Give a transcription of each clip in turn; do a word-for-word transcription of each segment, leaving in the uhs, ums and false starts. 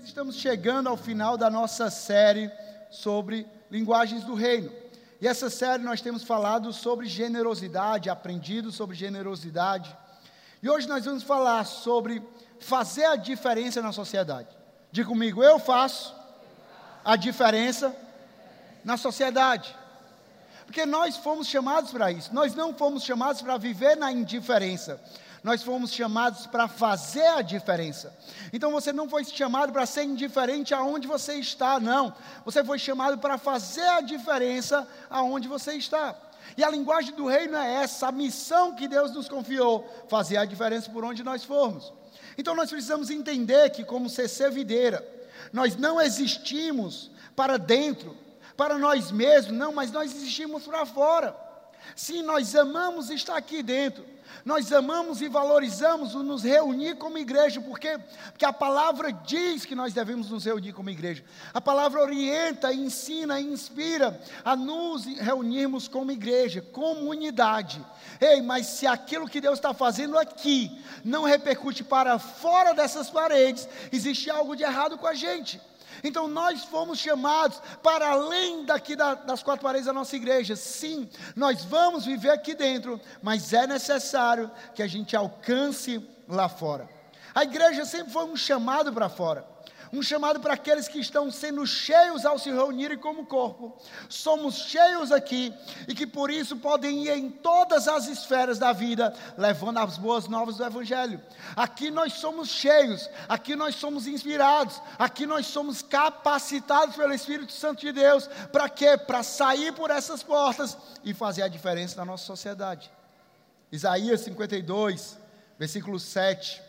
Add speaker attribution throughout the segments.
Speaker 1: Nós estamos chegando ao final da nossa série sobre linguagens do reino. E essa série nós temos falado sobre generosidade, aprendido sobre generosidade. E hoje nós vamos falar sobre fazer a diferença na sociedade. Diga comigo, eu faço a diferença na sociedade. Porque nós fomos chamados para isso. Nós não fomos chamados para viver na indiferença. Nós fomos chamados para fazer a diferença. Então você não foi chamado para ser indiferente aonde você está, não. Você foi chamado para fazer a diferença aonde você está. E a linguagem do reino é essa, a missão que Deus nos confiou, fazer a diferença por onde nós formos. Então nós precisamos entender que, como C C Videira, nós não existimos para dentro, para nós mesmos, não, mas nós existimos para fora. Sim, nós amamos estar aqui dentro, nós amamos e valorizamos o nos reunir como igreja, porque, porque a palavra diz que nós devemos nos reunir como igreja, a palavra orienta, ensina, inspira a nos reunirmos como igreja, comunidade. Ei, mas se aquilo que Deus está fazendo aqui não repercute para fora dessas paredes, existe algo de errado com a gente. Então nós fomos chamados para além daqui da, das quatro paredes da nossa igreja. Sim, nós vamos viver aqui dentro, mas é necessário que a gente alcance lá fora. A igreja sempre foi um chamado para fora, um chamado para aqueles que estão sendo cheios ao se reunirem como corpo. Somos cheios aqui e que por isso podem ir em todas as esferas da vida, levando as boas novas do Evangelho. Aqui nós somos cheios, aqui nós somos inspirados, aqui nós somos capacitados pelo Espírito Santo de Deus. Para quê? Para sair por essas portas e fazer a diferença na nossa sociedade. Isaías cinquenta e dois, versículo sete,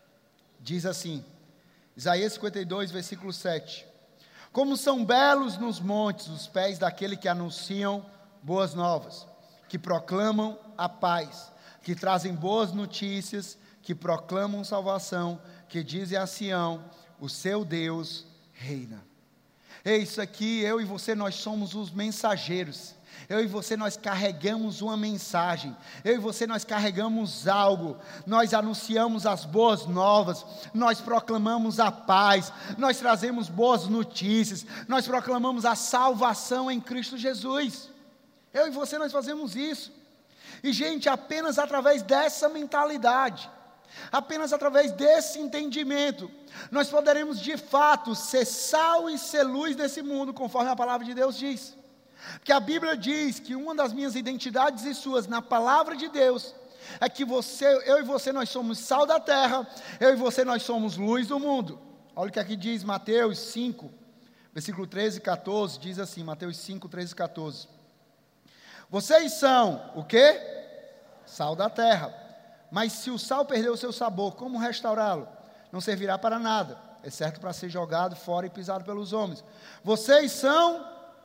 Speaker 1: diz assim, Isaías cinquenta e dois, versículo sete. Como são belos nos montes os pés daquele que anunciam boas novas, que proclamam a paz, que trazem boas notícias, que proclamam salvação, que dizem a Sião, o seu Deus reina. É isso aqui, eu e você, nós somos os mensageiros. Eu e você, nós carregamos uma mensagem. Eu e você, nós carregamos algo. Nós anunciamos as boas novas. Nós proclamamos a paz. Nós trazemos boas notícias. Nós proclamamos a salvação em Cristo Jesus. Eu e você, nós fazemos isso. E, gente, apenas através dessa mentalidade, apenas através desse entendimento, nós poderemos, de fato, ser sal e ser luz nesse mundo, conforme a palavra de Deus diz. Porque a Bíblia diz que uma das minhas identidades e suas na palavra de Deus é que você, eu e você, nós somos sal da terra, eu e você, nós somos luz do mundo. Olha o que aqui diz Mateus cinco, versículo treze e catorze, diz assim, Mateus cinco, treze e catorze. Vocês são o quê? Sal da terra. Mas se o sal perder o seu sabor, como restaurá-lo? Não servirá para nada, exceto para ser jogado fora e pisado pelos homens. Vocês são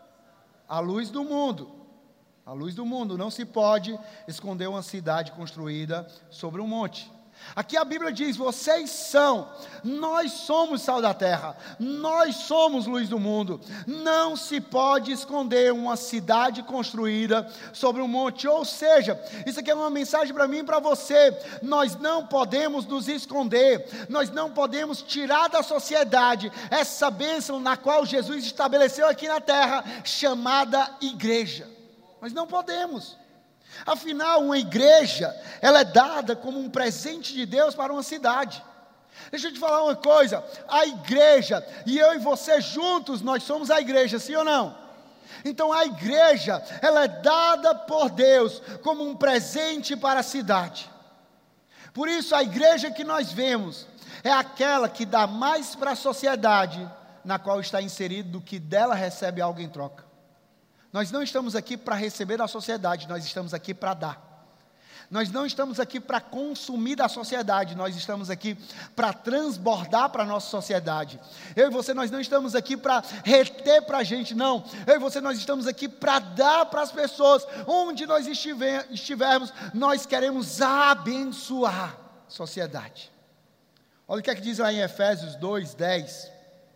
Speaker 1: a luz do mundo, a luz do mundo. Não se pode esconder uma cidade construída sobre um monte. Aqui a Bíblia diz, vocês são, nós somos sal da terra, nós somos luz do mundo. Não se pode esconder uma cidade construída sobre um monte. Ou seja, isso aqui é uma mensagem para mim e para você. Nós não podemos nos esconder, nós não podemos tirar da sociedade essa bênção na qual Jesus estabeleceu aqui na terra, chamada igreja. Nós não podemos. Afinal, uma igreja, ela é dada como um presente de Deus para uma cidade. Deixa eu te falar uma coisa, a igreja, e eu e você juntos, nós somos a igreja, sim ou não? Então a igreja, ela é dada por Deus como um presente para a cidade. Por isso a igreja que nós vemos, é aquela que dá mais para a sociedade, na qual está inserido, do que dela recebe algo em troca. Nós não estamos aqui para receber da sociedade, nós estamos aqui para dar. Nós não estamos aqui para consumir da sociedade, nós estamos aqui para transbordar para a nossa sociedade. Eu e você, nós não estamos aqui para reter para a gente, não. Eu e você, nós estamos aqui para dar para as pessoas. Onde nós estiver, estivermos, nós queremos abençoar a sociedade. Olha o que é que diz lá em Efésios dois, dez.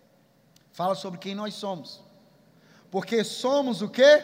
Speaker 1: Fala sobre quem nós somos. Porque somos o quê?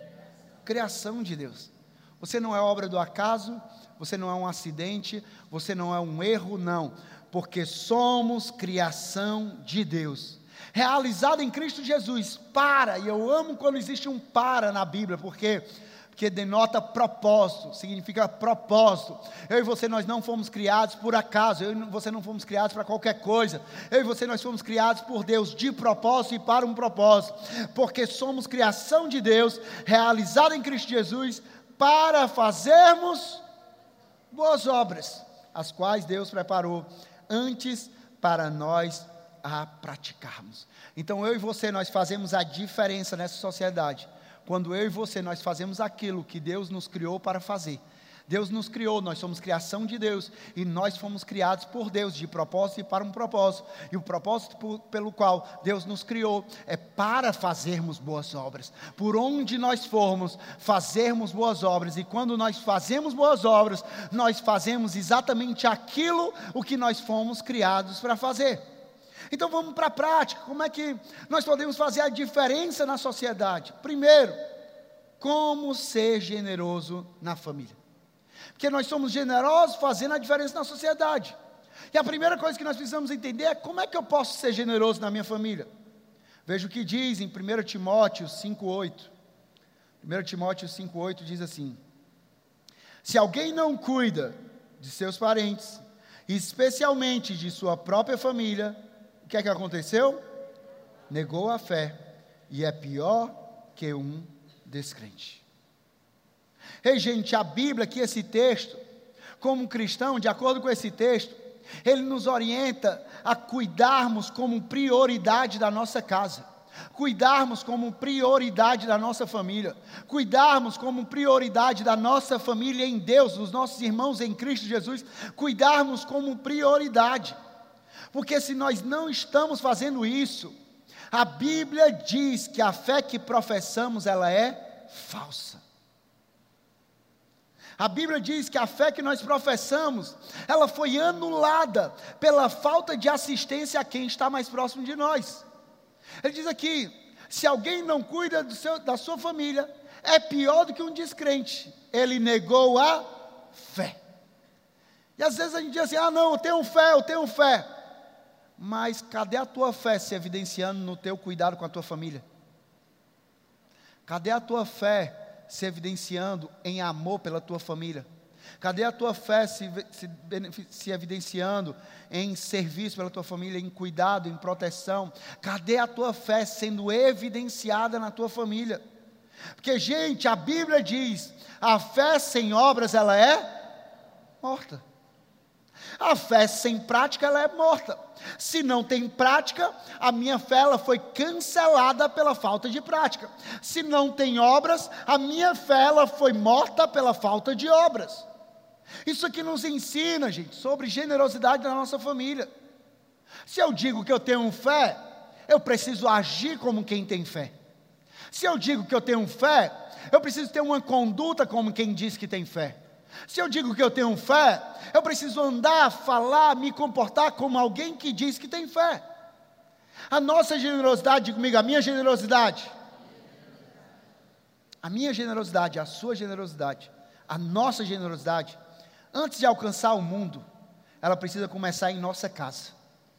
Speaker 1: Criação de Deus. Você não é obra do acaso, você não é um acidente, você não é um erro, não. porque somos criação de Deus, realizada em Cristo Jesus, para, e eu amo quando existe um para na Bíblia, porque, porque denota propósito, significa propósito. Eu e você, nós não fomos criados por acaso, eu e você não fomos criados para qualquer coisa, eu e você, nós fomos criados por Deus, de propósito e para um propósito, porque somos criação de Deus, realizada em Cristo Jesus, para fazermos boas obras, as quais Deus preparou antes para nós a praticarmos. Então eu e você, nós fazemos a diferença nessa sociedade, quando eu e você, nós fazemos aquilo que Deus nos criou para fazer. Deus nos criou, nós somos criação de Deus, e nós fomos criados por Deus, de propósito e para um propósito, e o propósito por, pelo qual Deus nos criou, é para fazermos boas obras, por onde nós formos, fazermos boas obras, e quando nós fazemos boas obras, nós fazemos exatamente aquilo, o que nós fomos criados para fazer. Então vamos para a prática, como é que nós podemos fazer a diferença na sociedade? Primeiro, como ser generoso na família. Porque nós somos generosos fazendo a diferença na sociedade. E a primeira coisa que nós precisamos entender é como é que eu posso ser generoso na minha família. Veja o que diz em primeiro Timóteo cinco, oito. primeiro Timóteo cinco, oito diz assim: se alguém não cuida de seus parentes, especialmente de sua própria família, o que é que aconteceu? Negou a fé e é pior que um descrente. Ei, gente, a Bíblia aqui, esse texto, como cristão, de acordo com esse texto, ele nos orienta a cuidarmos como prioridade da nossa casa, cuidarmos como prioridade da nossa família, cuidarmos como prioridade da nossa família em Deus, dos nossos irmãos em Cristo Jesus, cuidarmos como prioridade, porque se nós não estamos fazendo isso, a Bíblia diz que a fé que professamos, ela é falsa. A Bíblia diz que a fé que nós professamos, ela foi anulada pela falta de assistência a quem está mais próximo de nós. Ele diz aqui, se alguém não cuida do seu, da sua família, é pior do que um descrente. Ele negou a fé. E às vezes a gente diz assim, ah não, eu tenho fé, eu tenho fé. Mas cadê a tua fé se evidenciando no teu cuidado com a tua família? Cadê a tua fé se evidenciando em amor pela tua família? Cadê a tua fé se, se, se evidenciando em serviço pela tua família, em cuidado, em proteção? Cadê a tua fé sendo evidenciada na tua família? Porque, gente, a Bíblia diz, a fé sem obras, ela é morta. A fé sem prática, ela é morta. Se não tem prática, a minha fé ela foi cancelada pela falta de prática. Se não tem obras, a minha fé ela foi morta pela falta de obras. Isso aqui nos ensina, gente, sobre generosidade da nossa família. Se eu digo que eu tenho fé, eu preciso agir como quem tem fé. Se eu digo que eu tenho fé, eu preciso ter uma conduta como quem diz que tem fé. Se eu digo que eu tenho fé, eu preciso andar, falar, me comportar como alguém que diz que tem fé. A nossa generosidade, diga comigo, a minha generosidade, a minha generosidade, a sua generosidade, a nossa generosidade, antes de alcançar o mundo, ela precisa começar em nossa casa.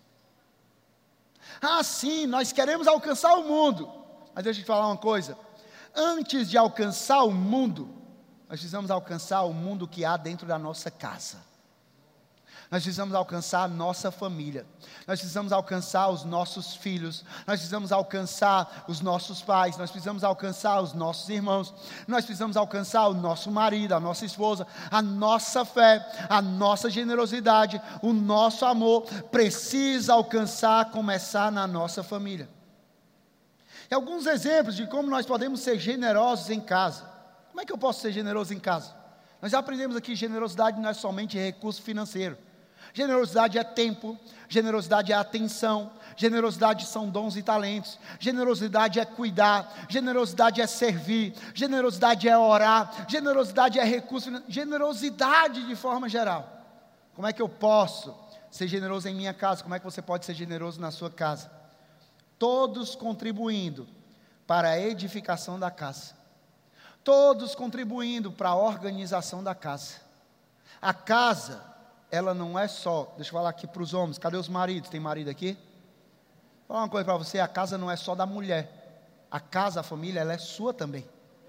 Speaker 1: Ah, sim, nós queremos alcançar o mundo, mas deixa eu te falar uma coisa, antes de alcançar o mundo, nós precisamos alcançar o mundo que há dentro da nossa casa. Nós precisamos alcançar a nossa família. Nós precisamos alcançar os nossos filhos. Nós precisamos alcançar os nossos pais. Nós precisamos alcançar os nossos irmãos. Nós precisamos alcançar o nosso marido, a nossa esposa. A nossa fé, a nossa generosidade, o nosso amor precisa alcançar, começar na nossa família. E alguns exemplos de como nós podemos ser generosos em casa. Como é que eu posso ser generoso em casa? Nós já aprendemos aqui, generosidade não é somente recurso financeiro. Generosidade é tempo, generosidade é atenção, generosidade são dons e talentos, generosidade é cuidar, generosidade é servir, generosidade é orar, generosidade é recurso financeiro, generosidade de forma geral. Como é que eu posso ser generoso em minha casa? Como é que você pode ser generoso na sua casa? Todos contribuindo para a edificação da casa. Todos contribuindo para a organização da casa. A casa ela não é só, deixa eu falar aqui para os homens, cadê os maridos? Tem marido aqui? Vou falar uma coisa para você, a casa não é só da mulher, a casa, a família, ela é sua também.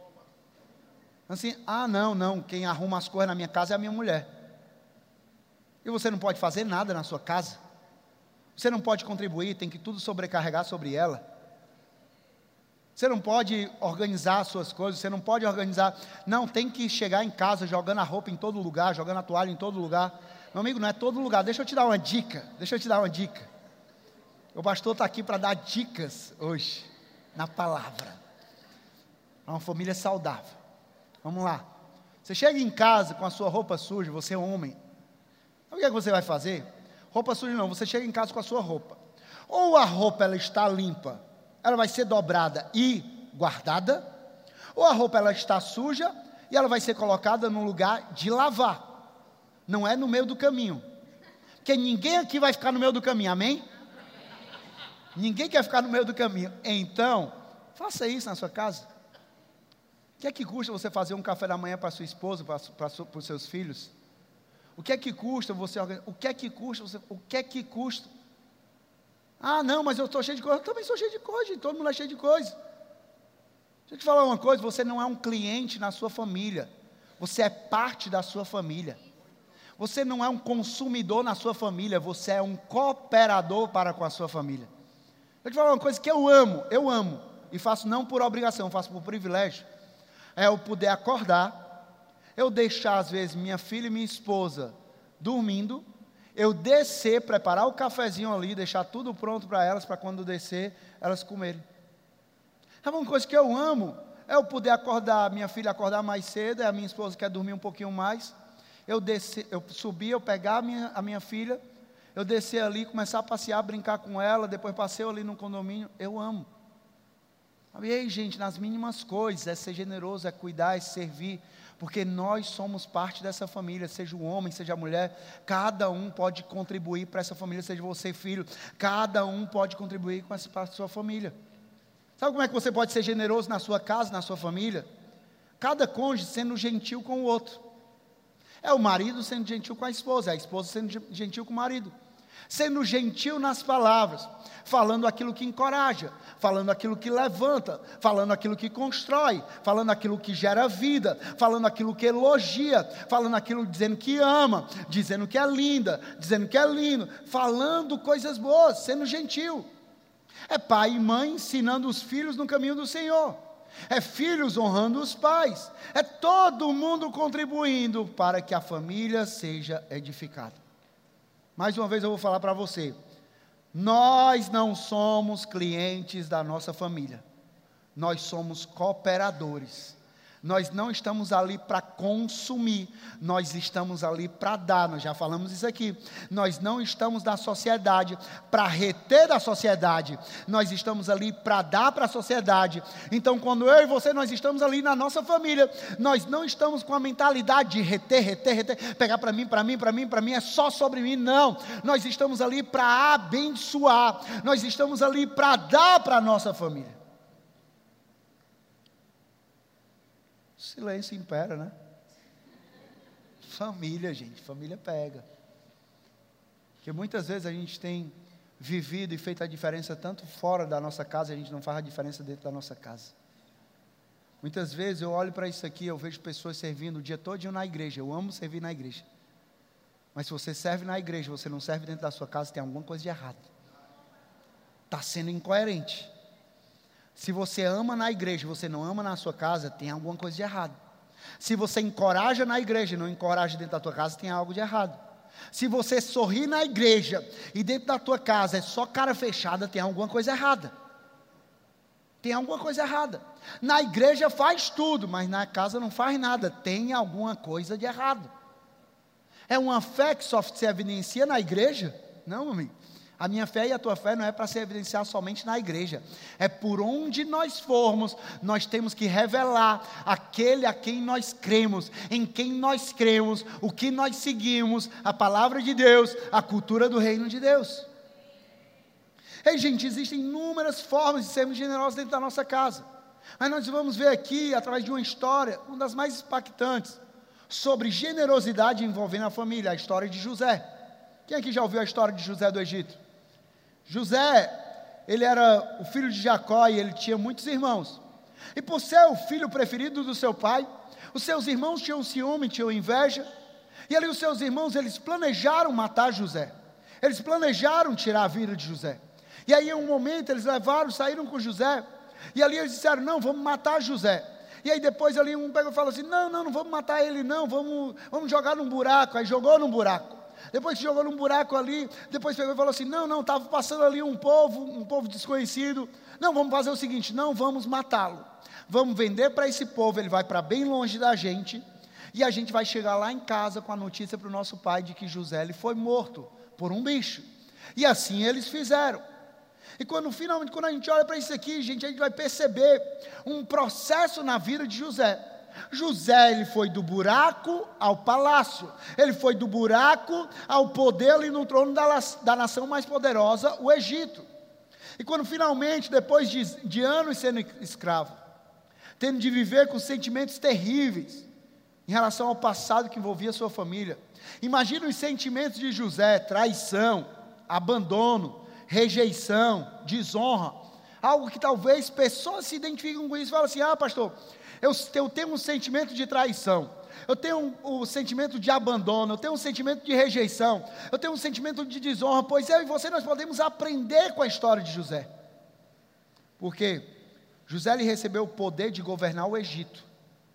Speaker 1: Assim, ah não, não, quem arruma as coisas na minha casa é a minha mulher. E você não pode fazer nada na sua casa, você não pode contribuir, tem que tudo sobrecarregar sobre ela. Você não pode organizar as suas coisas, você não pode organizar, não, tem que chegar em casa jogando a roupa em todo lugar, jogando a toalha em todo lugar. Meu amigo, não é todo lugar, deixa eu te dar uma dica, deixa eu te dar uma dica. O pastor está aqui para dar dicas hoje, na palavra, para uma família saudável. Vamos lá, você chega em casa com a sua roupa suja, você é homem, sabe o que é que você vai fazer? Roupa suja não, você chega em casa com a sua roupa, ou a roupa ela está limpa, ela vai ser dobrada e guardada, ou a roupa ela está suja e ela vai ser colocada no lugar de lavar, não é no meio do caminho, porque ninguém aqui vai ficar no meio do caminho, amém? Ninguém quer ficar no meio do caminho, então, faça isso na sua casa. O que é que custa você fazer um café da manhã para sua esposa, para, para, para os seus filhos? O que é que custa você organizar? O que é que custa você, o que é que custa? Ah, não, mas eu estou cheio de coisa. Eu também sou cheio de coisa, gente. Todo mundo é cheio de coisa. Deixa eu te falar uma coisa, você não é um cliente na sua família. Você é parte da sua família. Você não é um consumidor na sua família, você é um cooperador para com a sua família. Deixa eu te falar uma coisa que eu amo, eu amo, e faço não por obrigação, faço por privilégio. É eu poder acordar, eu deixar às vezes minha filha e minha esposa dormindo, eu descer, preparar o cafezinho ali, deixar tudo pronto para elas, para quando descer, elas comerem. Sabe uma coisa que eu amo? É eu poder acordar, minha filha acordar mais cedo, e a minha esposa quer dormir um pouquinho mais, eu, descer, eu subir, eu pegar a minha, a minha filha, eu descer ali, começar a passear, brincar com ela, depois passeio ali no condomínio, eu amo. E aí, gente, nas mínimas coisas, é ser generoso, é cuidar, é servir, porque nós somos parte dessa família, seja o homem, seja a mulher, cada um pode contribuir para essa família, seja você filho, cada um pode contribuir com essa parte da sua família. Sabe como é que você pode ser generoso na sua casa, na sua família? Cada cônjuge sendo gentil com o outro. É o marido sendo gentil com a esposa, é a esposa sendo gentil com o marido. Sendo gentil nas palavras, falando aquilo que encoraja, falando aquilo que levanta, falando aquilo que constrói, falando aquilo que gera vida, falando aquilo que elogia, falando aquilo dizendo que ama, dizendo que é linda, dizendo que é lindo, falando coisas boas, sendo gentil. É pai e mãe ensinando os filhos no caminho do Senhor, é filhos honrando os pais, é todo mundo contribuindo para que a família seja edificada. Mais uma vez eu vou falar para você, nós não somos clientes da nossa família, nós somos cooperadores, nós não estamos ali para consumir, nós estamos ali para dar, nós já falamos isso aqui, nós não estamos na sociedade para reter da sociedade, nós estamos ali para dar para a sociedade. Então quando eu e você, nós estamos ali na nossa família, nós não estamos com a mentalidade de reter, reter, reter, pegar para mim, para mim, para mim, para mim, é só sobre mim, não, nós estamos ali para abençoar, nós estamos ali para dar para a nossa família. Silêncio impera, né? Família, gente, família pega. Porque muitas vezes a gente tem vivido e feito a diferença tanto fora da nossa casa, a gente não faz a diferença dentro da nossa casa. Muitas vezes eu olho para isso aqui, eu vejo pessoas servindo o dia todo na igreja, eu amo servir na igreja. Mas se você serve na igreja, você não serve dentro da sua casa, tem alguma coisa de errado. Está sendo incoerente. Se você ama na igreja e você não ama na sua casa, tem alguma coisa de errado. Se você encoraja na igreja e não encoraja dentro da tua casa, tem algo de errado. Se você sorri na igreja e dentro da tua casa é só cara fechada, tem alguma coisa errada. Tem alguma coisa errada. Na igreja faz tudo, mas na casa não faz nada. Tem alguma coisa de errado. É uma fé que só se evidencia na igreja? Não, meu amigo. A minha fé e a tua fé não é para se evidenciar somente na igreja, é por onde nós formos, nós temos que revelar aquele a quem nós cremos, em quem nós cremos, o que nós seguimos, a palavra de Deus, a cultura do reino de Deus. Ei, gente, existem inúmeras formas de sermos generosos dentro da nossa casa, mas nós vamos ver aqui, através de uma história, uma das mais impactantes, sobre generosidade envolvendo a família, a história de José. Quem aqui já ouviu a história de José do Egito? José, ele era o filho de Jacó e ele tinha muitos irmãos. E por ser o filho preferido do seu pai, os seus irmãos tinham ciúme, tinham inveja. E ali os seus irmãos, eles planejaram matar José. Eles planejaram tirar a vida de José. E aí em um momento eles levaram, saíram com José. E ali eles disseram, não, vamos matar José. E aí depois ali um pegou e falou assim, não, não, não vamos matar ele não, vamos, vamos jogar num buraco. Aí jogou num buraco. Depois que jogou num buraco ali, depois pegou e falou assim, não, não, estava passando ali um povo, um povo desconhecido. Não, vamos fazer o seguinte, não vamos matá-lo. Vamos vender para esse povo, ele vai para bem longe da gente. E a gente vai chegar lá em casa com a notícia para o nosso pai de que José ele foi morto por um bicho. E assim eles fizeram. E quando finalmente, quando a gente olha para isso aqui, gente, a gente vai perceber um processo na vida de José. José, ele foi do buraco ao palácio. Ele foi do buraco ao poder ali no trono da, da nação mais poderosa, o Egito. E quando finalmente, depois de, de anos sendo escravo, tendo de viver com sentimentos terríveis, em relação ao passado que envolvia sua família. Imagina os sentimentos de José: traição, abandono, rejeição, desonra. Algo que talvez pessoas se identifiquem com isso e falam assim, ah pastor, eu, eu tenho um sentimento de traição, eu tenho um, um sentimento de abandono, eu tenho um sentimento de rejeição, eu tenho um sentimento de desonra. Pois eu e você, nós podemos aprender com a história de José. Porque José lhe recebeu o poder de governar o Egito.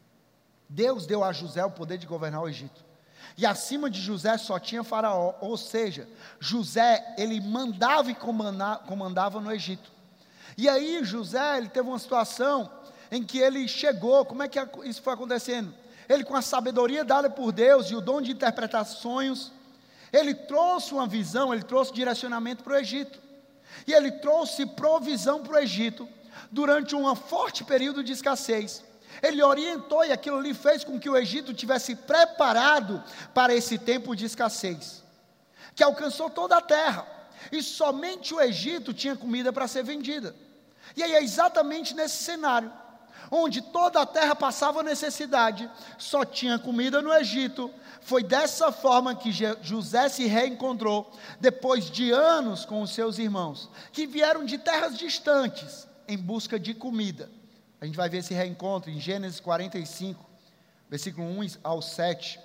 Speaker 1: Deus deu a José o poder de governar o Egito. E acima de José só tinha Faraó. Ou seja, José, ele mandava e comandava, comandava no Egito. E aí José, ele teve uma situação em que ele chegou. Como é que isso foi acontecendo? Ele, com a sabedoria dada por Deus e o dom de interpretar sonhos, ele trouxe uma visão, ele trouxe direcionamento para o Egito. E ele trouxe provisão para o Egito durante um forte período de escassez. Ele orientou e aquilo ali fez com que o Egito tivesse preparado para esse tempo de escassez, que alcançou toda a terra, e somente o Egito tinha comida para ser vendida. E aí é exatamente nesse cenário, onde toda a terra passava necessidade, só tinha comida no Egito. Foi dessa forma que José se reencontrou, depois de anos com os seus irmãos, que vieram de terras distantes, em busca de comida. A gente vai ver esse reencontro em Gênesis quarenta e cinco, versículo um ao sete.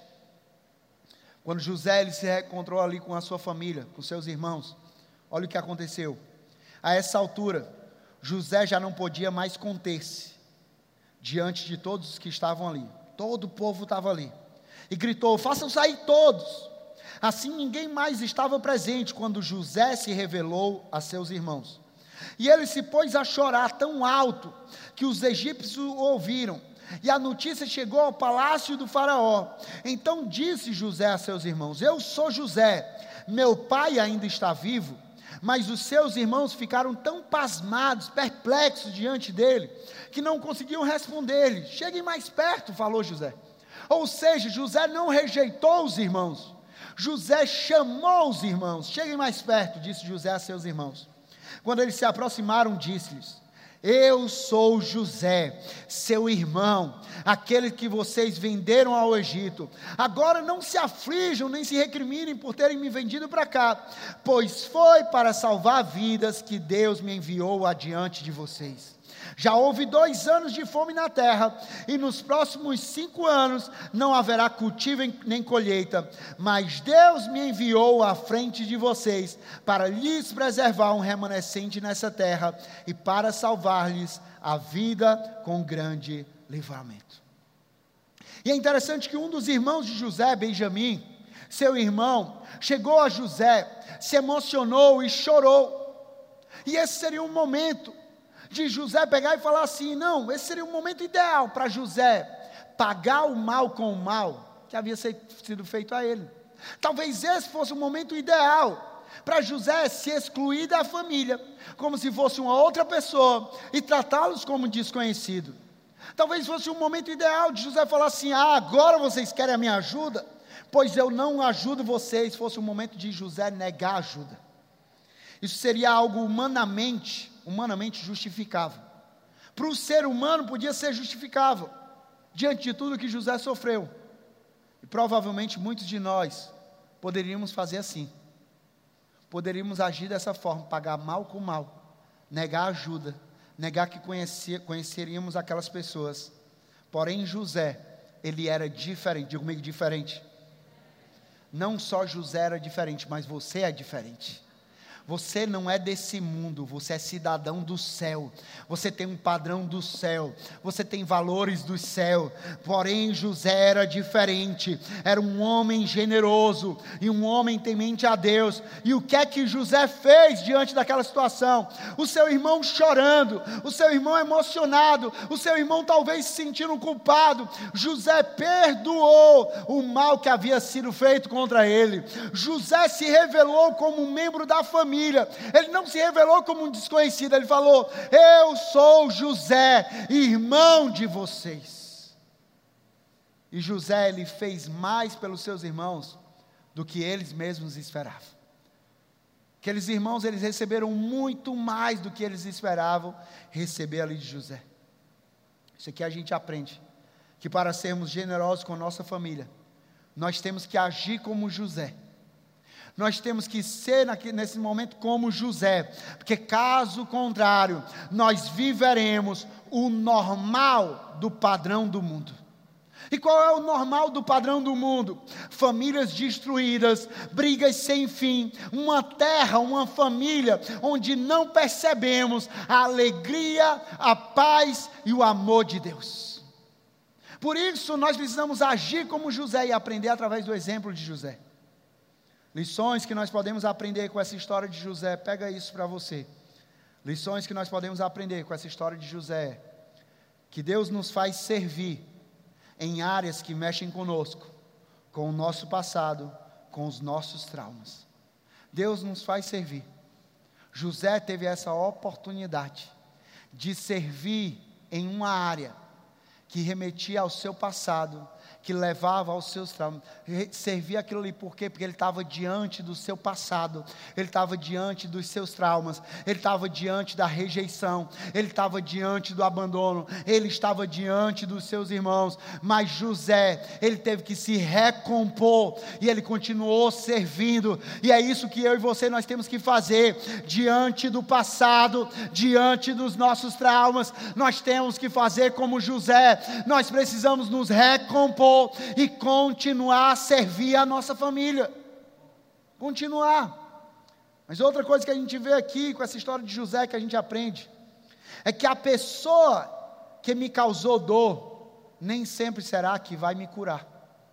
Speaker 1: Quando José ele se reencontrou ali com a sua família, com seus irmãos, olha o que aconteceu. A essa altura, José já não podia mais conter-se diante de todos os que estavam ali. Todo o povo estava ali. E gritou: façam sair todos. Assim ninguém mais estava presente quando José se revelou a seus irmãos. E ele se pôs a chorar tão alto que os egípcios o ouviram. E a notícia chegou ao palácio do faraó. Então disse José a seus irmãos: eu sou José, meu pai ainda está vivo. Mas os seus irmãos ficaram tão pasmados, perplexos diante dele, que não conseguiam responder-lhe. Cheguem mais perto, falou José. Ou seja, José não rejeitou os irmãos, José chamou os irmãos. Cheguem mais perto, disse José a seus irmãos. Quando eles se aproximaram, disse-lhes: eu sou José, seu irmão, aquele que vocês venderam ao Egito. Agora não se aflijam, nem se recriminem por terem me vendido para cá, pois foi para salvar vidas que Deus me enviou adiante de vocês. Já houve dois anos de fome na terra, e nos próximos cinco anos não haverá cultivo nem colheita, mas Deus me enviou à frente de vocês, para lhes preservar um remanescente nessa terra, e para salvar-lhes a vida com grande livramento. E é interessante que um dos irmãos de José, Benjamim, seu irmão, chegou a José, se emocionou e chorou. E esse seria um momento de José pegar e falar assim: não, esse seria um momento ideal para José pagar o mal com o mal que havia sido feito a ele. Talvez esse fosse o momento ideal para José se excluir da família, como se fosse uma outra pessoa, e tratá-los como desconhecido. Talvez fosse um momento ideal de José falar assim: ah, agora vocês querem a minha ajuda? Pois eu não ajudo vocês. Fosse um momento de José negar ajuda. Isso seria algo humanamente humanamente justificável. Para o ser humano podia ser justificável, diante de tudo que José sofreu. E provavelmente muitos de nós poderíamos fazer assim. Poderíamos agir dessa forma, pagar mal com mal, negar ajuda, negar que conhecia, conheceríamos aquelas pessoas. Porém, José, ele era diferente. Diga comigo, diferente. Não só José era diferente, mas você é diferente. Você não é desse mundo, você é cidadão do céu, você tem um padrão do céu, você tem valores do céu. Porém José era diferente, era um homem generoso e um homem temente a Deus. E o que é que José fez diante daquela situação? O seu irmão chorando, o seu irmão emocionado, o seu irmão talvez se sentindo culpado, José perdoou o mal que havia sido feito contra ele. José se revelou como um membro da família. Ele não se revelou como um desconhecido. Ele falou: eu sou José, irmão de vocês. E José, ele fez mais pelos seus irmãos do que eles mesmos esperavam. Aqueles irmãos, eles receberam muito mais do que eles esperavam receber ali de José. Isso aqui a gente aprende, que para sermos generosos com a nossa família, nós temos que agir como José. Nós temos que ser nesse momento como José, porque caso contrário, nós viveremos o normal do padrão do mundo. E qual é o normal do padrão do mundo? Famílias destruídas, brigas sem fim, uma terra, uma família, onde não percebemos a alegria, a paz e o amor de Deus. Por isso nós precisamos agir como José e aprender através do exemplo de José. Lições que nós podemos aprender com essa história de José, pega isso para você. Lições que nós podemos aprender com essa história de José, que Deus nos faz servir em áreas que mexem conosco, com o nosso passado, com os nossos traumas. Deus nos faz servir. José teve essa oportunidade de servir em uma área que remetia ao seu passado, que levava aos seus traumas, servia aquilo ali, por quê? Porque ele estava diante do seu passado, ele estava diante dos seus traumas, ele estava diante da rejeição, ele estava diante do abandono, ele estava diante dos seus irmãos, mas José, ele teve que se recompor, e ele continuou servindo, e é isso que eu e você nós temos que fazer, diante do passado, diante dos nossos traumas, nós temos que fazer como José, nós precisamos nos recompor, e continuar a servir a nossa família, continuar. Mas outra coisa que a gente vê aqui com essa história de José, que a gente aprende, é que a pessoa que me causou dor, nem sempre será que vai me curar,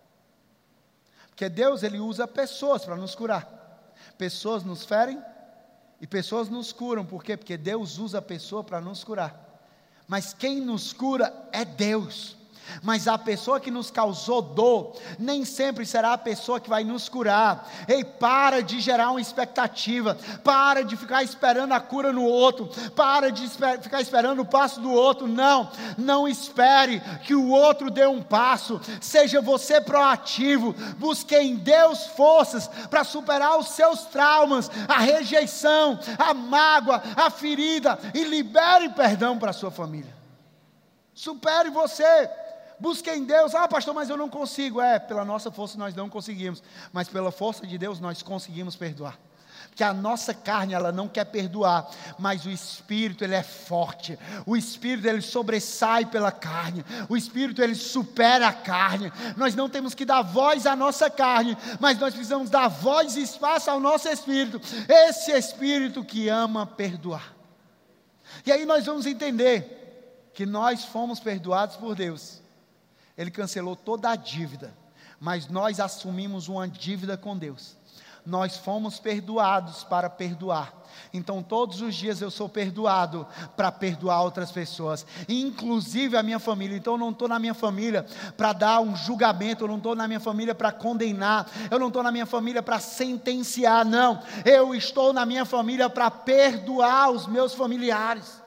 Speaker 1: porque Deus, ele usa pessoas para nos curar. Pessoas nos ferem e pessoas nos curam. Por quê? Porque Deus usa a pessoa para nos curar, mas quem nos cura é Deus. Mas a pessoa que nos causou dor, nem sempre será a pessoa que vai nos curar. Ei, para de gerar uma expectativa, para de ficar esperando a cura no outro, para de esper- ficar esperando o passo do outro. Não, não espere que o outro dê um passo, seja você proativo, busque em Deus forças para superar os seus traumas, a rejeição, a mágoa, a ferida, e libere perdão para a sua família. Supere você. Busque em Deus. Ah, pastor, mas eu não consigo. É, pela nossa força nós não conseguimos, mas pela força de Deus nós conseguimos perdoar. Porque a nossa carne, ela não quer perdoar, mas o Espírito, ele é forte. O Espírito, ele sobressai pela carne. O Espírito, ele supera a carne. Nós não temos que dar voz à nossa carne, mas nós precisamos dar voz e espaço ao nosso Espírito. Esse Espírito que ama perdoar. E aí nós vamos entender que nós fomos perdoados por Deus. Ele cancelou toda a dívida, mas nós assumimos uma dívida com Deus. Nós fomos perdoados para perdoar. Então todos os dias eu sou perdoado para perdoar outras pessoas, inclusive a minha família. Então eu não estou na minha família para dar um julgamento, eu não estou na minha família para condenar, eu não estou na minha família para sentenciar, não. Eu estou na minha família para perdoar os meus familiares.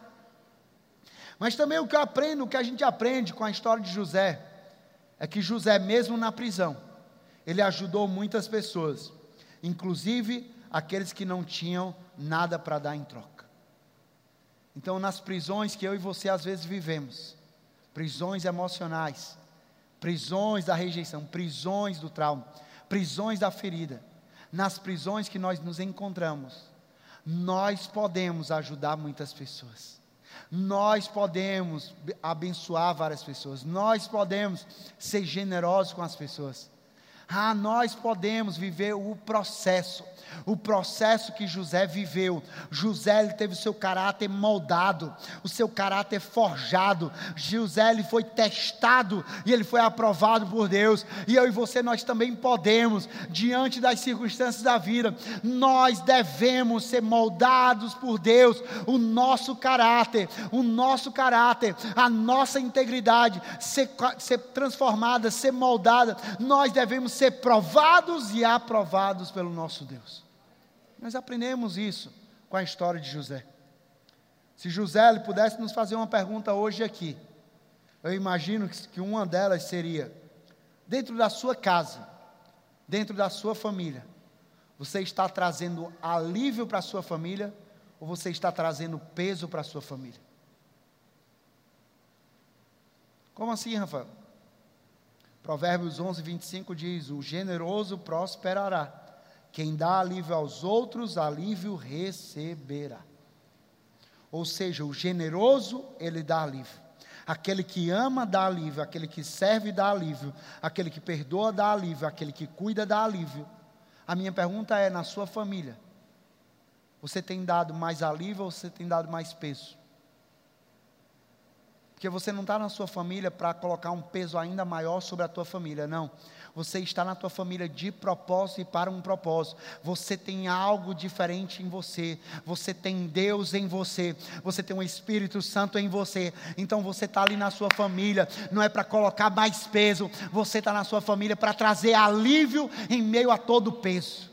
Speaker 1: Mas também o que eu aprendo, o que a gente aprende com a história de José, é que José, mesmo na prisão, ele ajudou muitas pessoas, inclusive aqueles que não tinham nada para dar em troca. Então, nas prisões que eu e você às vezes vivemos, prisões emocionais, prisões da rejeição, prisões do trauma, prisões da ferida, nas prisões que nós nos encontramos, nós podemos ajudar muitas pessoas, nós podemos abençoar várias pessoas, nós podemos ser generosos com as pessoas. Ah, nós podemos viver o processo, o processo que José viveu. José, ele teve o seu caráter moldado, o seu caráter forjado. José, ele foi testado e ele foi aprovado por Deus. E eu e você, nós também podemos, diante das circunstâncias da vida, nós devemos ser moldados por Deus. O nosso caráter, o nosso caráter, a nossa integridade ser, ser transformada, ser moldada. Nós devemos ser provados e aprovados pelo nosso Deus. Nós aprendemos isso com a história de José. Se José ele pudesse nos fazer uma pergunta hoje aqui, eu imagino que, que uma delas seria: dentro da sua casa, dentro da sua família, você está trazendo alívio para a sua família, ou você está trazendo peso para a sua família? Como assim, Rafael? Provérbios onze, vinte e cinco diz: o generoso prosperará, quem dá alívio aos outros, alívio receberá. Ou seja, o generoso, ele dá alívio. Aquele que ama dá alívio, aquele que serve dá alívio, aquele que perdoa dá alívio, aquele que cuida dá alívio. A minha pergunta é: na sua família, você tem dado mais alívio ou você tem dado mais peso? Porque você não está na sua família para colocar um peso ainda maior sobre a tua família, não. Você está na tua família de propósito e para um propósito. Você tem algo diferente em você. Você tem Deus em você. Você tem o Espírito Santo em você. Então você está ali na sua família, não é para colocar mais peso. Você está na sua família para trazer alívio em meio a todo o peso.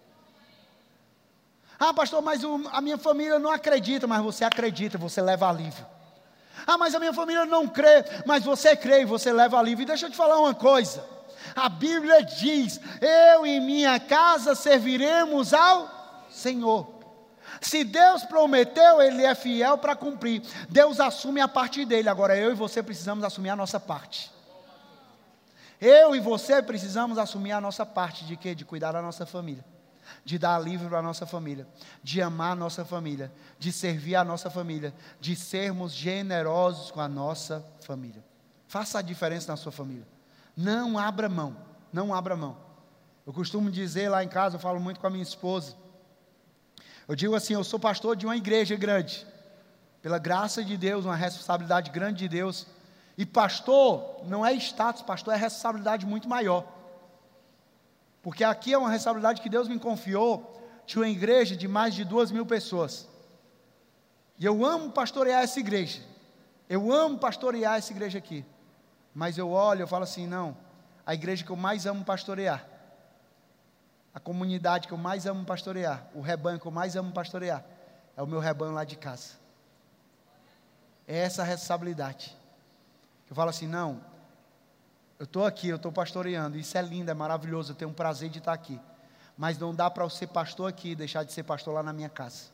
Speaker 1: Ah, pastor, mas o, a minha família não acredita. Mas você acredita, você leva alívio. Ah, mas a minha família não crê, mas você crê e você leva alívio. E deixa eu te falar uma coisa, a Bíblia diz: eu e minha casa serviremos ao Senhor. Se Deus prometeu, Ele é fiel para cumprir. Deus assume a parte dele, agora eu e você precisamos assumir a nossa parte. Eu e você precisamos assumir a nossa parte de quê? De cuidar da nossa família, de dar alívio para a nossa família, de amar a nossa família, de servir a nossa família, de sermos generosos com a nossa família. Faça a diferença na sua família. Não abra mão, não abra mão. Eu costumo dizer lá em casa, eu falo muito com a minha esposa, eu digo assim: eu sou pastor de uma igreja grande, pela graça de Deus, uma responsabilidade grande de Deus. E pastor não é status, pastor é responsabilidade muito maior. Porque aqui é uma responsabilidade que Deus me confiou, de uma igreja de mais de duas mil pessoas. E eu amo pastorear essa igreja. Eu amo pastorear essa igreja aqui. Mas eu olho, eu falo assim: não, a igreja que eu mais amo pastorear, a comunidade que eu mais amo pastorear, o rebanho que eu mais amo pastorear, é o meu rebanho lá de casa. É essa a responsabilidade. Eu falo assim: não, eu estou aqui, eu estou pastoreando, isso é lindo, é maravilhoso, eu tenho um prazer de estar aqui. Mas não dá para eu ser pastor aqui e deixar de ser pastor lá na minha casa.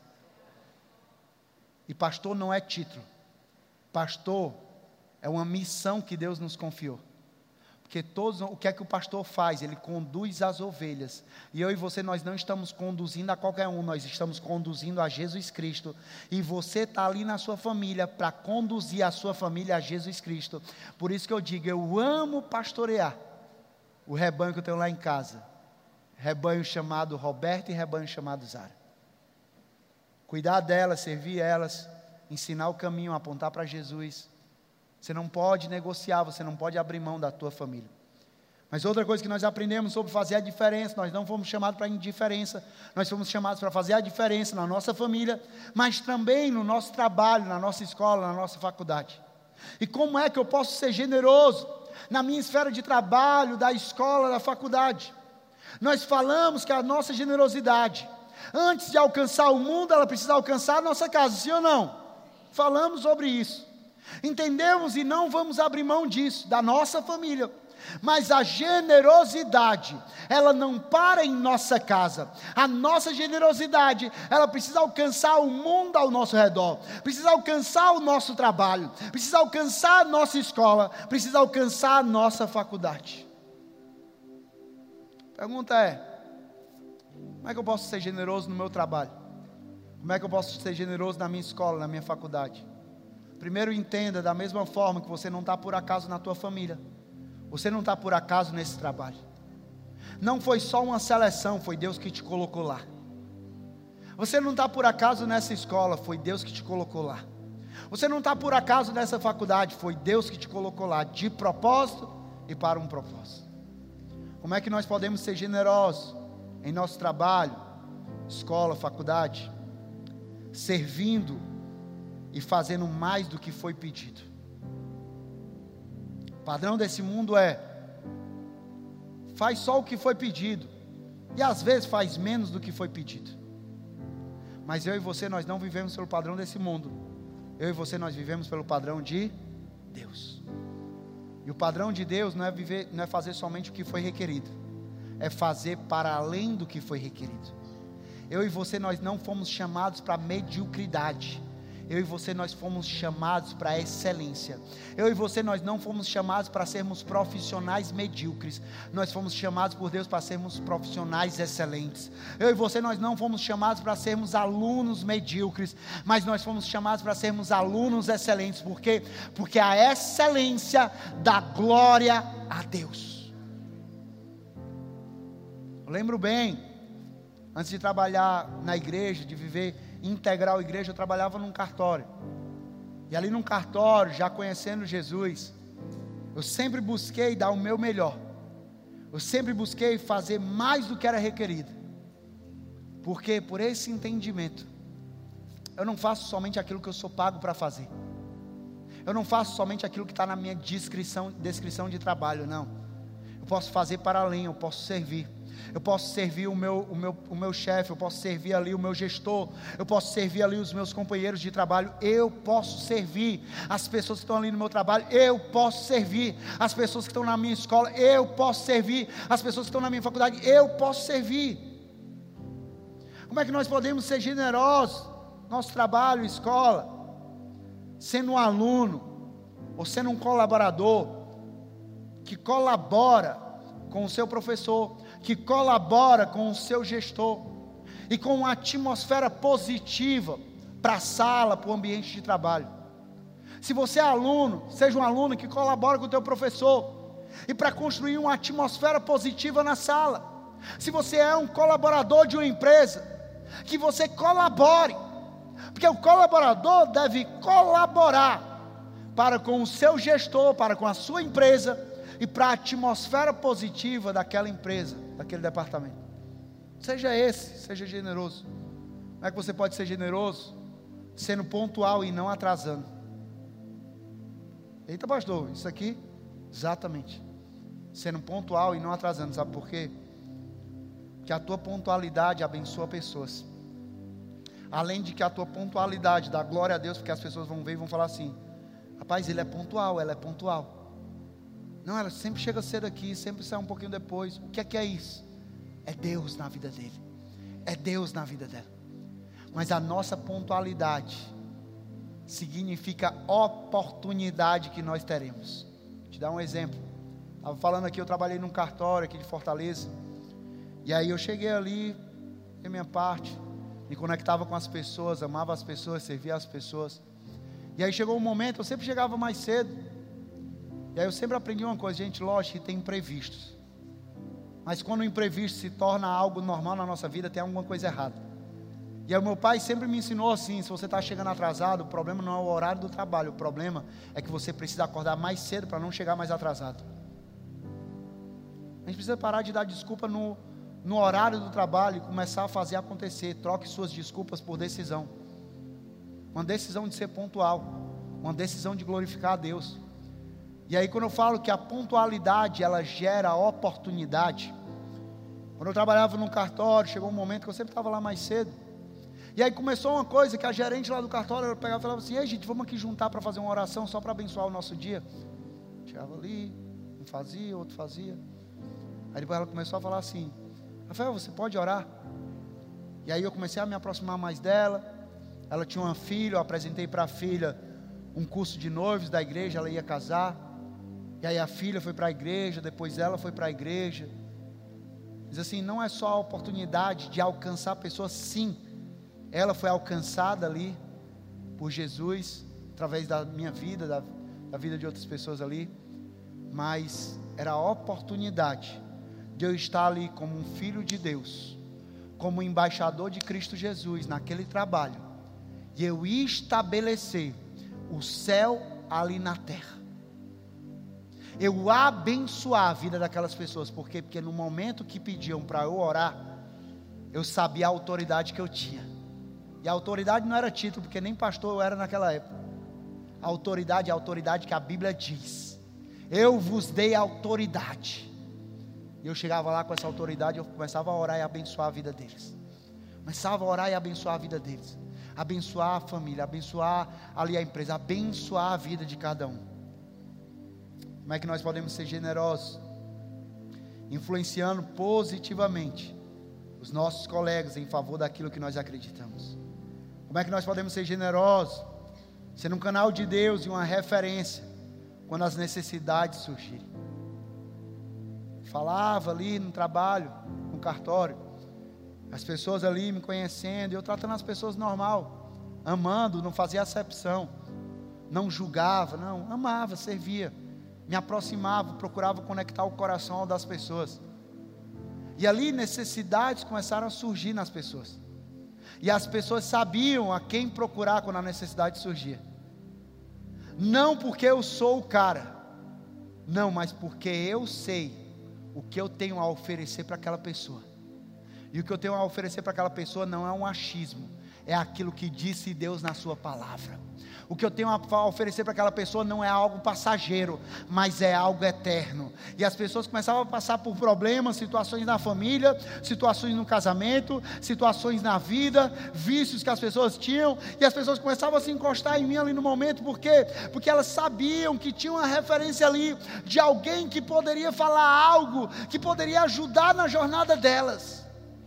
Speaker 1: E pastor não é título. Pastor é uma missão que Deus nos confiou. Porque todos, o que é que o pastor faz? Ele conduz as ovelhas. E eu e você, nós não estamos conduzindo a qualquer um, nós estamos conduzindo a Jesus Cristo. E você está ali na sua família para conduzir a sua família a Jesus Cristo. Por isso que eu digo, eu amo pastorear o rebanho que eu tenho lá em casa. Rebanho chamado Roberto e rebanho chamado Zara. Cuidar delas, servir elas, ensinar o caminho, apontar para Jesus. Você não pode negociar, você não pode abrir mão da tua família. Mas outra coisa que nós aprendemos sobre fazer a diferença, nós não fomos chamados para indiferença, nós fomos chamados para fazer a diferença na nossa família, mas também no nosso trabalho, na nossa escola, na nossa faculdade. E como é que eu posso ser generoso na minha esfera de trabalho, da escola, da faculdade? Nós falamos que a nossa generosidade, antes de alcançar o mundo, ela precisa alcançar a nossa casa, sim ou não? Falamos sobre isso. Entendemos e não vamos abrir mão disso, da nossa família. Mas a generosidade, ela não para em nossa casa. A nossa generosidade, ela precisa alcançar o mundo ao nosso redor, precisa alcançar o nosso trabalho, precisa alcançar a nossa escola, precisa alcançar a nossa faculdade. A pergunta é: como é que eu posso ser generoso no meu trabalho? Como é que eu posso ser generoso na minha escola, na minha faculdade? Primeiro, entenda, da mesma forma que você não está por acaso na tua família, você não está por acaso nesse trabalho. Não foi só uma seleção, foi Deus que te colocou lá. Você não está por acaso nessa escola, foi Deus que te colocou lá. Você não está por acaso nessa faculdade, foi Deus que te colocou lá, de propósito e para um propósito. Como é que nós podemos ser generosos em nosso trabalho, escola, faculdade? Servindo e fazendo mais do que foi pedido. O padrão desse mundo é: faz só o que foi pedido, e às vezes faz menos do que foi pedido. Mas eu e você, nós não vivemos pelo padrão desse mundo. Eu e você, nós vivemos pelo padrão de Deus. E o padrão de Deus não é viver, não é fazer somente o que foi requerido, é fazer para além do que foi requerido. Eu e você, nós não fomos chamados para mediocridade. Eu e você, nós fomos chamados para a excelência. Eu e você, nós não fomos chamados para sermos profissionais medíocres. Nós fomos chamados por Deus para sermos profissionais excelentes. Eu e você, nós não fomos chamados para sermos alunos medíocres, mas nós fomos chamados para sermos alunos excelentes. Por quê? Porque a excelência dá glória a Deus. Eu lembro bem, antes de trabalhar na igreja, de viver integral a igreja, eu trabalhava num cartório. E ali num cartório, já conhecendo Jesus, eu sempre busquei dar o meu melhor. Eu sempre busquei fazer mais do que era requerido. Porque por esse entendimento, eu não faço somente aquilo que eu sou pago para fazer. Eu não faço somente aquilo que está na minha descrição, descrição de trabalho, não. Eu posso fazer para além, eu posso servir. Eu posso servir o meu, o meu, o meu chefe, eu posso servir ali o meu gestor, eu posso servir ali os meus companheiros de trabalho, eu posso servir as pessoas que estão ali no meu trabalho, eu posso servir as pessoas que estão na minha escola, eu posso servir as pessoas que estão na minha faculdade, eu posso servir. Como é que nós podemos ser generosos no nosso trabalho, escola, sendo um aluno, ou sendo um colaborador, que colabora com o seu professor, que colabora com o seu gestor, e com uma atmosfera positiva para a sala, para o ambiente de trabalho. Se você é aluno, seja um aluno que colabora com o teu professor, e para construir uma atmosfera positiva na sala. Se você é um colaborador de uma empresa, que você colabore, porque o colaborador deve colaborar para com o seu gestor, para com a sua empresa, e para a atmosfera positiva daquela empresa, daquele departamento. Seja esse, seja generoso. Como é que você pode ser generoso? Sendo pontual e não atrasando. Eita, pastor, isso aqui, exatamente. Sendo pontual e não atrasando, sabe por quê? Que a tua pontualidade abençoa pessoas. Além de que a tua pontualidade dá glória a Deus, porque as pessoas vão ver e vão falar assim: rapaz, ele é pontual, ela é pontual. Não, ela sempre chega cedo aqui, sempre sai um pouquinho depois. O que é que é isso? É Deus na vida dele, é Deus na vida dela. Mas a nossa pontualidade significa oportunidade que nós teremos. Vou te dar um exemplo. Estava falando aqui, eu trabalhei num cartório aqui de Fortaleza, e aí eu cheguei ali, fiz minha parte, me conectava com as pessoas, amava as pessoas, servia as pessoas. E aí chegou um momento, eu sempre chegava mais cedo. E aí eu sempre aprendi uma coisa, gente, lógico que tem imprevistos. Mas quando o imprevisto se torna algo normal na nossa vida, tem alguma coisa errada. E aí o meu pai sempre me ensinou assim: se você está chegando atrasado, o problema não é o horário do trabalho, o problema é que você precisa acordar mais cedo para não chegar mais atrasado. A gente precisa parar de dar desculpa no, no horário do trabalho e começar a fazer acontecer. Troque suas desculpas por decisão. Uma decisão de ser pontual, uma decisão de glorificar a Deus. E aí quando eu falo que a pontualidade, ela gera oportunidade. Quando eu trabalhava num cartório, chegou um momento que eu sempre estava lá mais cedo. E aí começou uma coisa que a gerente lá do cartório, ela pegava e falava assim: ei gente, vamos aqui juntar para fazer uma oração só para abençoar o nosso dia. Chegava ali, Um fazia, outro fazia. Aí depois ela começou a falar assim: Rafael, você pode orar? E aí eu comecei a me aproximar mais dela. Ela tinha uma filha, eu apresentei para a filha um curso de noivos da igreja, ela ia casar. E aí a filha foi para a igreja, depois ela foi para a igreja. Diz assim, não é só a oportunidade de alcançar pessoas, sim. Ela foi alcançada ali por Jesus, através da minha vida, da, da vida de outras pessoas ali. Mas era a oportunidade de eu estar ali como um filho de Deus, como embaixador de Cristo Jesus naquele trabalho, e eu estabelecer o céu ali na terra, eu abençoar a vida daquelas pessoas. Por quê? Porque no momento que pediam para eu orar, eu sabia a autoridade que eu tinha. E a autoridade não era título, porque nem pastor eu era naquela época. A autoridade é a autoridade que a Bíblia diz: eu vos dei autoridade. E eu chegava lá com essa autoridade, eu começava a orar e abençoar a vida deles. Começava a orar e abençoar a vida deles. Abençoar a família, abençoar ali a empresa, abençoar a vida de cada um. Como é que nós podemos ser generosos? Influenciando positivamente os nossos colegas em favor daquilo que nós acreditamos. Como é que nós podemos ser generosos? Sendo um canal de Deus e uma referência quando as necessidades surgirem. Falava ali no trabalho, no cartório, as pessoas ali me conhecendo, eu tratando as pessoas normal, amando, não fazia acepção, não julgava, não, amava, servia, me aproximava, procurava conectar o coração das pessoas. E ali necessidades começaram a surgir nas pessoas, e as pessoas sabiam a quem procurar quando a necessidade surgia. Não porque eu sou o cara, não, mas porque eu sei o que eu tenho a oferecer para aquela pessoa. E o que eu tenho a oferecer para aquela pessoa não é um achismo, é aquilo que disse Deus na sua palavra. O que eu tenho a oferecer para aquela pessoa não é algo passageiro, mas é algo eterno. E as pessoas começavam a passar por problemas, situações na família, situações no casamento, situações na vida, vícios que as pessoas tinham, e as pessoas começavam a se encostar em mim ali no momento. Por quê? Porque elas sabiam que tinha uma referência ali de alguém que poderia falar algo, que poderia ajudar na jornada delas.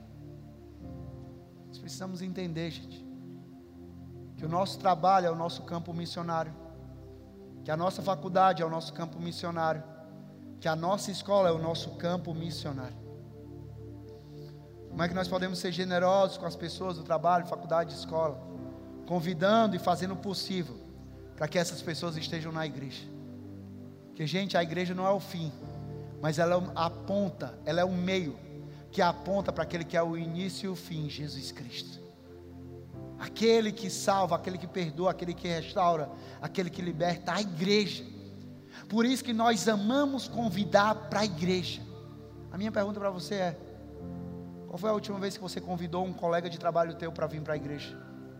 Speaker 1: Nós precisamos entender, gente, que o nosso trabalho é o nosso campo missionário, que a nossa faculdade é o nosso campo missionário, que a nossa escola é o nosso campo missionário. Como é que nós podemos ser generosos com as pessoas do trabalho, faculdade, escola, convidando e fazendo o possível para que essas pessoas estejam na igreja? Porque, gente, a igreja não é o fim, mas ela aponta, ela é o meio que aponta para aquele que é o início e o fim, Jesus Cristo. Aquele que salva, aquele que perdoa, aquele que restaura, aquele que liberta, a igreja. Por isso que nós amamos convidar para a igreja. A minha pergunta para você é: qual foi a última vez que você convidou um colega de trabalho teu para vir para a igreja?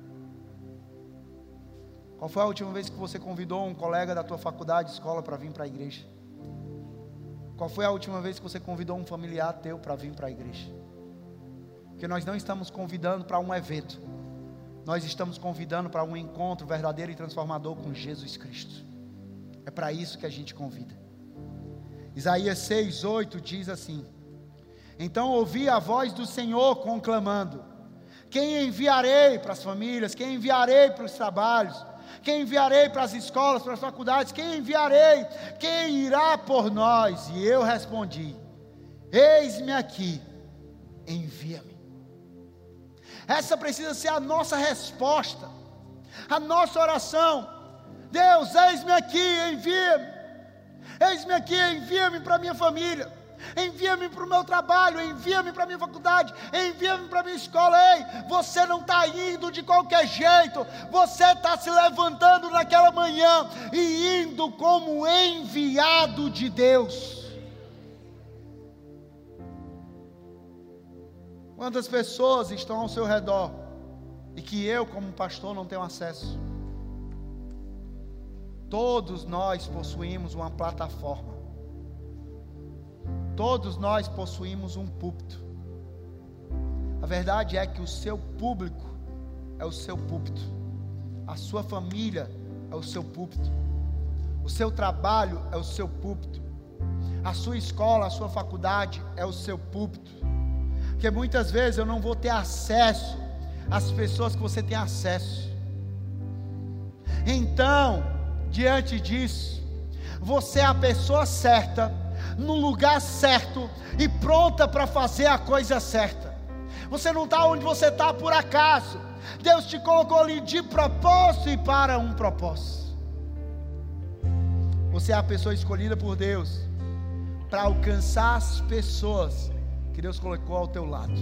Speaker 1: Qual foi a última vez que você convidou um colega da tua faculdade, escola, para vir para a igreja? Qual foi a última vez que você convidou um familiar teu para vir para a igreja? Porque nós não estamos convidando para um evento, nós estamos convidando para um encontro verdadeiro e transformador com Jesus Cristo. É para isso que a gente convida. Isaías seis, oito diz assim: então ouvi a voz do Senhor conclamando: quem enviarei para as famílias? Quem enviarei para os trabalhos? Quem enviarei para as escolas, para as faculdades? Quem enviarei? Quem irá por nós? E eu respondi: eis-me aqui, envia-me. Essa precisa ser a nossa resposta, a nossa oração. Deus, eis-me aqui, envia-me. Eis-me aqui, envia-me para a minha família, envia-me para o meu trabalho, envia-me para a minha faculdade, envia-me para a minha escola. Ei, você não está indo de qualquer jeito, você está se levantando naquela manhã e indo como enviado de Deus. Quantas pessoas estão ao seu redor e que eu, como pastor, não tenho acesso? Todos nós possuímos uma plataforma, todos nós possuímos um púlpito. A verdade é que o seu público é o seu púlpito, a sua família é o seu púlpito, o seu trabalho é o seu púlpito, A sua escola, a sua faculdade é o seu púlpito. Porque muitas vezes eu não vou ter acesso às pessoas que você tem acesso. Então, diante disso, você é a pessoa certa, no lugar certo e pronta para fazer a coisa certa. Você não está onde você está por acaso. Deus te colocou ali de propósito e para um propósito. Você é a pessoa escolhida por Deus para alcançar as pessoas que Deus colocou ao teu lado.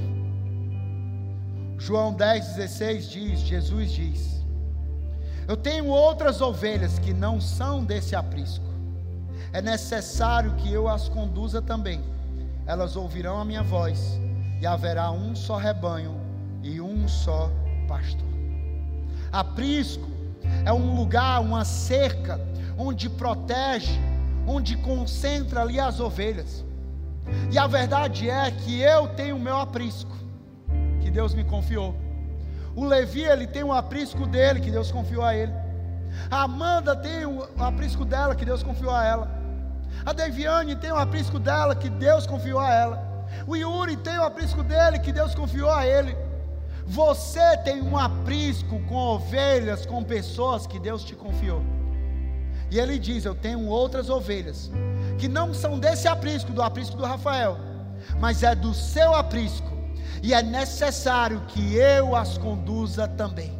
Speaker 1: João dez, dezesseis diz, Jesus diz: eu tenho outras ovelhas que não são desse aprisco. É necessário que eu as conduza também. Elas ouvirão a minha voz, e haverá um só rebanho e um só pastor. Aprisco é um lugar, uma cerca, onde protege, onde concentra ali as ovelhas. E a verdade é que eu tenho o meu aprisco, que Deus me confiou. O Levi, ele tem um aprisco dele, que Deus confiou a ele. A Amanda tem um aprisco dela, que Deus confiou a ela. A Deviane tem um aprisco dela, que Deus confiou a ela. O Yuri tem um aprisco dele, que Deus confiou a ele. Você tem um aprisco com ovelhas, com pessoas que Deus te confiou. E ele diz: eu tenho outras ovelhas, que não são desse aprisco, do aprisco do Rafael, mas é do seu aprisco, e é necessário que eu as conduza também.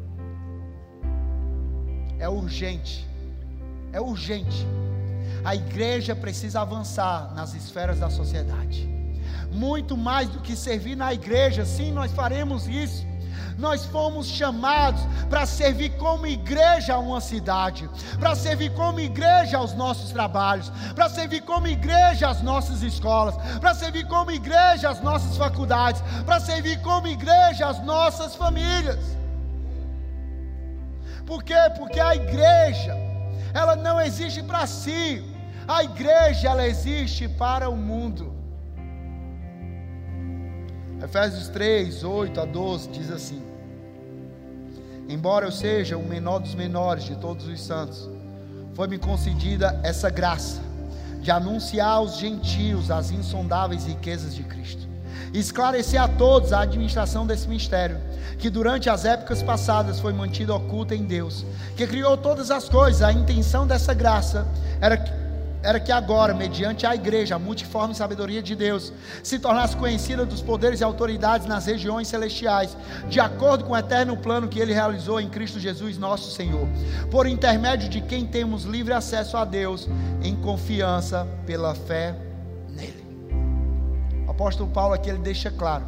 Speaker 1: É urgente, é urgente. A igreja precisa avançar nas esferas da sociedade. Muito mais do que servir na igreja, sim, nós faremos isso. Nós fomos chamados para servir como igreja a uma cidade, para servir como igreja aos nossos trabalhos, para servir como igreja às nossas escolas, para servir como igreja às nossas faculdades, para servir como igreja às nossas famílias. Por quê? Porque a igreja, ela não existe para si, a igreja, ela existe para o mundo. Efésios três, oito a doze diz assim: embora eu seja o menor dos menores de todos os santos, foi-me concedida essa graça de anunciar aos gentios as insondáveis riquezas de Cristo, e esclarecer a todos a administração desse mistério, que durante as épocas passadas foi mantido oculta em Deus, que criou todas as coisas. A intenção dessa graça era que era que agora, mediante a igreja, a multiforme sabedoria de Deus, se tornasse conhecida dos poderes e autoridades nas regiões celestiais, de acordo com o eterno plano que Ele realizou em Cristo Jesus nosso Senhor, por intermédio de quem temos livre acesso a Deus, em confiança pela fé nele. O apóstolo Paulo aqui, ele deixa claro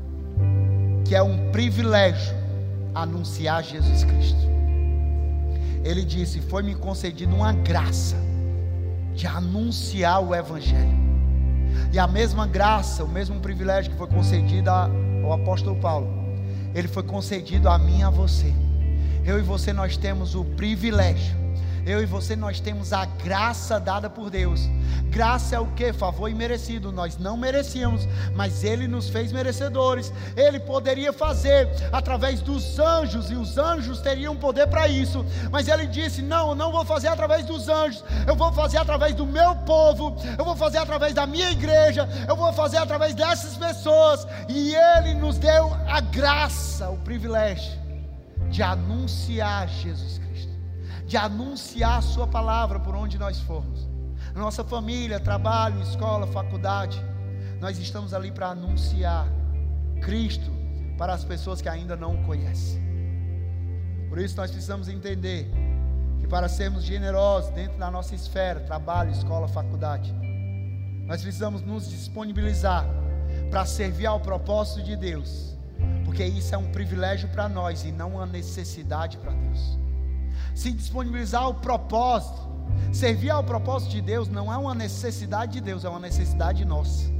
Speaker 1: que é um privilégio anunciar Jesus Cristo. Ele disse: foi-me concedido uma graça de anunciar o Evangelho. E a mesma graça, o mesmo privilégio que foi concedido ao apóstolo Paulo, ele foi concedido a mim e a você. Eu e você, nós temos o privilégio. Eu e você, nós temos a graça dada por Deus. Graça é o que? Favor imerecido. Nós não merecíamos, mas Ele nos fez merecedores. Ele poderia fazer através dos anjos, e os anjos teriam poder para isso, mas Ele disse: não, eu não vou fazer através dos anjos, eu vou fazer através do meu povo, eu vou fazer através da minha igreja, eu vou fazer através dessas pessoas. E Ele nos deu a graça, o privilégio de anunciar Jesus Cristo, de anunciar a sua palavra por onde nós formos. Nossa família, trabalho, escola, faculdade, nós estamos ali para anunciar Cristo para as pessoas que ainda não o conhecem. Por isso nós precisamos entender que para sermos generosos dentro da nossa esfera, trabalho, escola, faculdade, nós precisamos nos disponibilizar para servir ao propósito de Deus, porque isso é um privilégio para nós e não uma necessidade para Deus. Se disponibilizar ao propósito, servir ao propósito de Deus, não é uma necessidade de Deus, é uma necessidade nossa.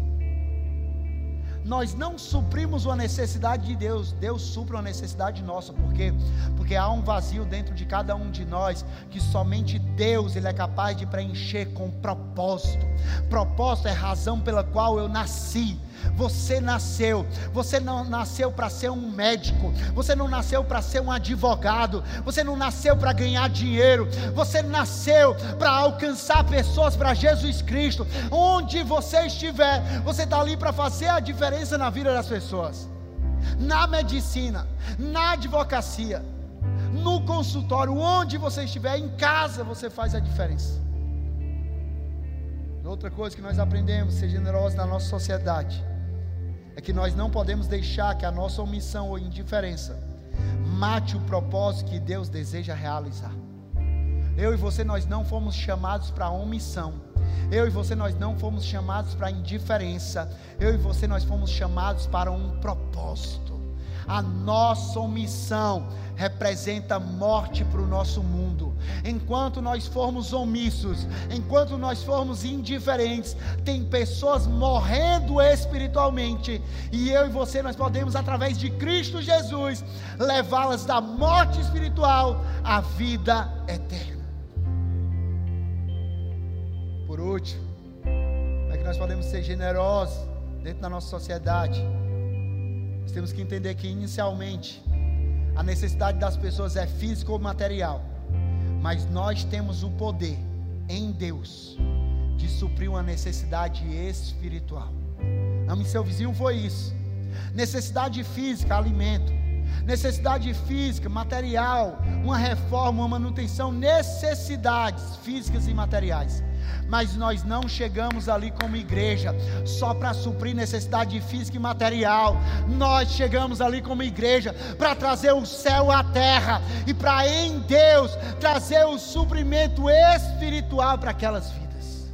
Speaker 1: Nós não suprimos uma necessidade de Deus, Deus supre uma necessidade nossa. Por quê? Porque há um vazio dentro de cada um de nós, que somente Deus, Ele é capaz de preencher com propósito. Propósito é a razão pela qual eu nasci, Você nasceu, você não nasceu para ser um médico, você não nasceu para ser um advogado, você não nasceu para ganhar dinheiro, você nasceu para alcançar pessoas para Jesus Cristo. Onde você estiver, você está ali para fazer a diferença na vida das pessoas, na medicina, na advocacia, no consultório, onde você estiver, em casa você faz a diferença. Outra coisa que nós aprendemos, ser generosos na nossa sociedade, é que nós não podemos deixar que a nossa omissão ou indiferença mate o propósito que Deus deseja realizar. Eu e você, nós não fomos chamados para omissão. Eu e você, nós não fomos chamados para indiferença. Eu e você, nós fomos chamados para um propósito. A nossa omissão representa morte para o nosso mundo. Enquanto nós formos omissos, enquanto nós formos indiferentes, tem pessoas morrendo espiritualmente, e eu e você, nós podemos, através de Cristo Jesus, levá-las da morte espiritual à vida eterna. Por último, como é que nós podemos ser generosos dentro da nossa sociedade? Nós temos que entender que inicialmente a necessidade das pessoas é física ou material, mas nós temos o poder em Deus de suprir uma necessidade espiritual. Ame seu vizinho, foi isso. Necessidade física, alimento. Necessidade física, material, uma reforma, uma manutenção, necessidades físicas e materiais. Mas nós não chegamos ali como igreja só para suprir necessidade física e material. Nós chegamos ali como igreja para trazer o céu à terra e para em Deus trazer o suprimento espiritual para aquelas vidas.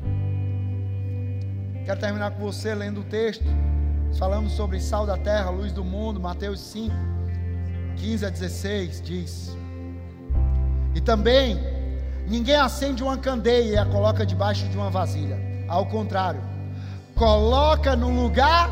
Speaker 1: Quero terminar com você lendo o texto. Falamos sobre sal da terra, luz do mundo. Mateus cinco, quinze a dezesseis diz: e também ninguém acende uma candeia e a coloca debaixo de uma vasilha. Ao contrário, coloca no lugar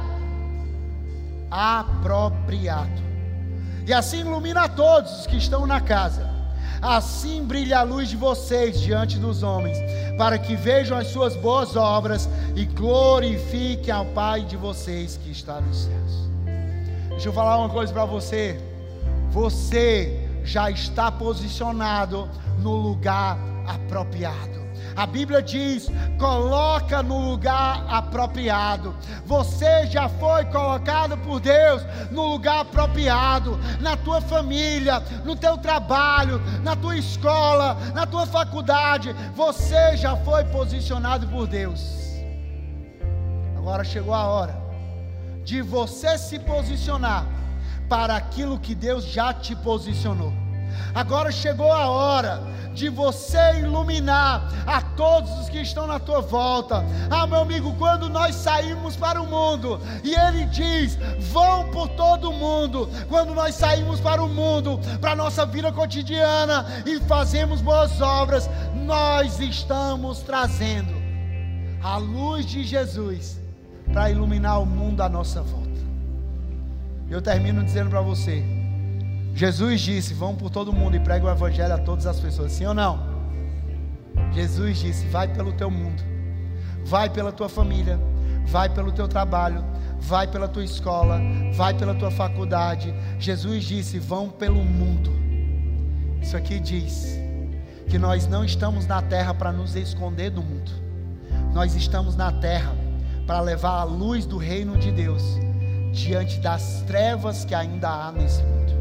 Speaker 1: apropriado, e assim ilumina a todos os que estão na casa. Assim brilha a luz de vocês diante dos homens, para que vejam as suas boas obras e glorifiquem ao Pai de vocês que está nos céus. Deixa eu falar uma coisa para você. Você já está posicionado no lugar apropriado. A Bíblia diz: coloca no lugar apropriado. Você já foi colocado por Deus no lugar apropriado, na tua família, no teu trabalho, na tua escola, na tua faculdade. Você já foi posicionado por Deus. Agora chegou a hora de você se posicionar para aquilo que Deus já te posicionou. Agora chegou a hora de você iluminar a todos os que estão na tua volta. Ah, meu amigo, quando nós saímos para o mundo, e Ele diz: vão por todo o mundo. Quando nós saímos para o mundo, para a nossa vida cotidiana, e fazemos boas obras, nós estamos trazendo a luz de Jesus para iluminar o mundo à nossa volta. Eu termino dizendo para você: Jesus disse: vão por todo mundo e pregue o evangelho a todas as pessoas. Sim ou não? Jesus disse: vai pelo teu mundo, vai pela tua família, vai pelo teu trabalho, vai pela tua escola, vai pela tua faculdade. Jesus disse: vão pelo mundo. Isso aqui diz que nós não estamos na terra para nos esconder do mundo. Nós estamos na terra para levar a luz do reino de Deus diante das trevas que ainda há nesse mundo.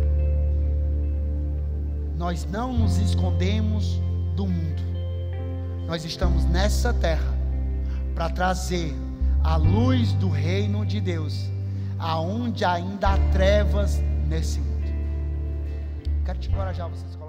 Speaker 1: Nós não nos escondemos do mundo. Nós estamos nessa terra para trazer a luz do reino de Deus aonde ainda há trevas nesse mundo. Quero te encorajar, vocês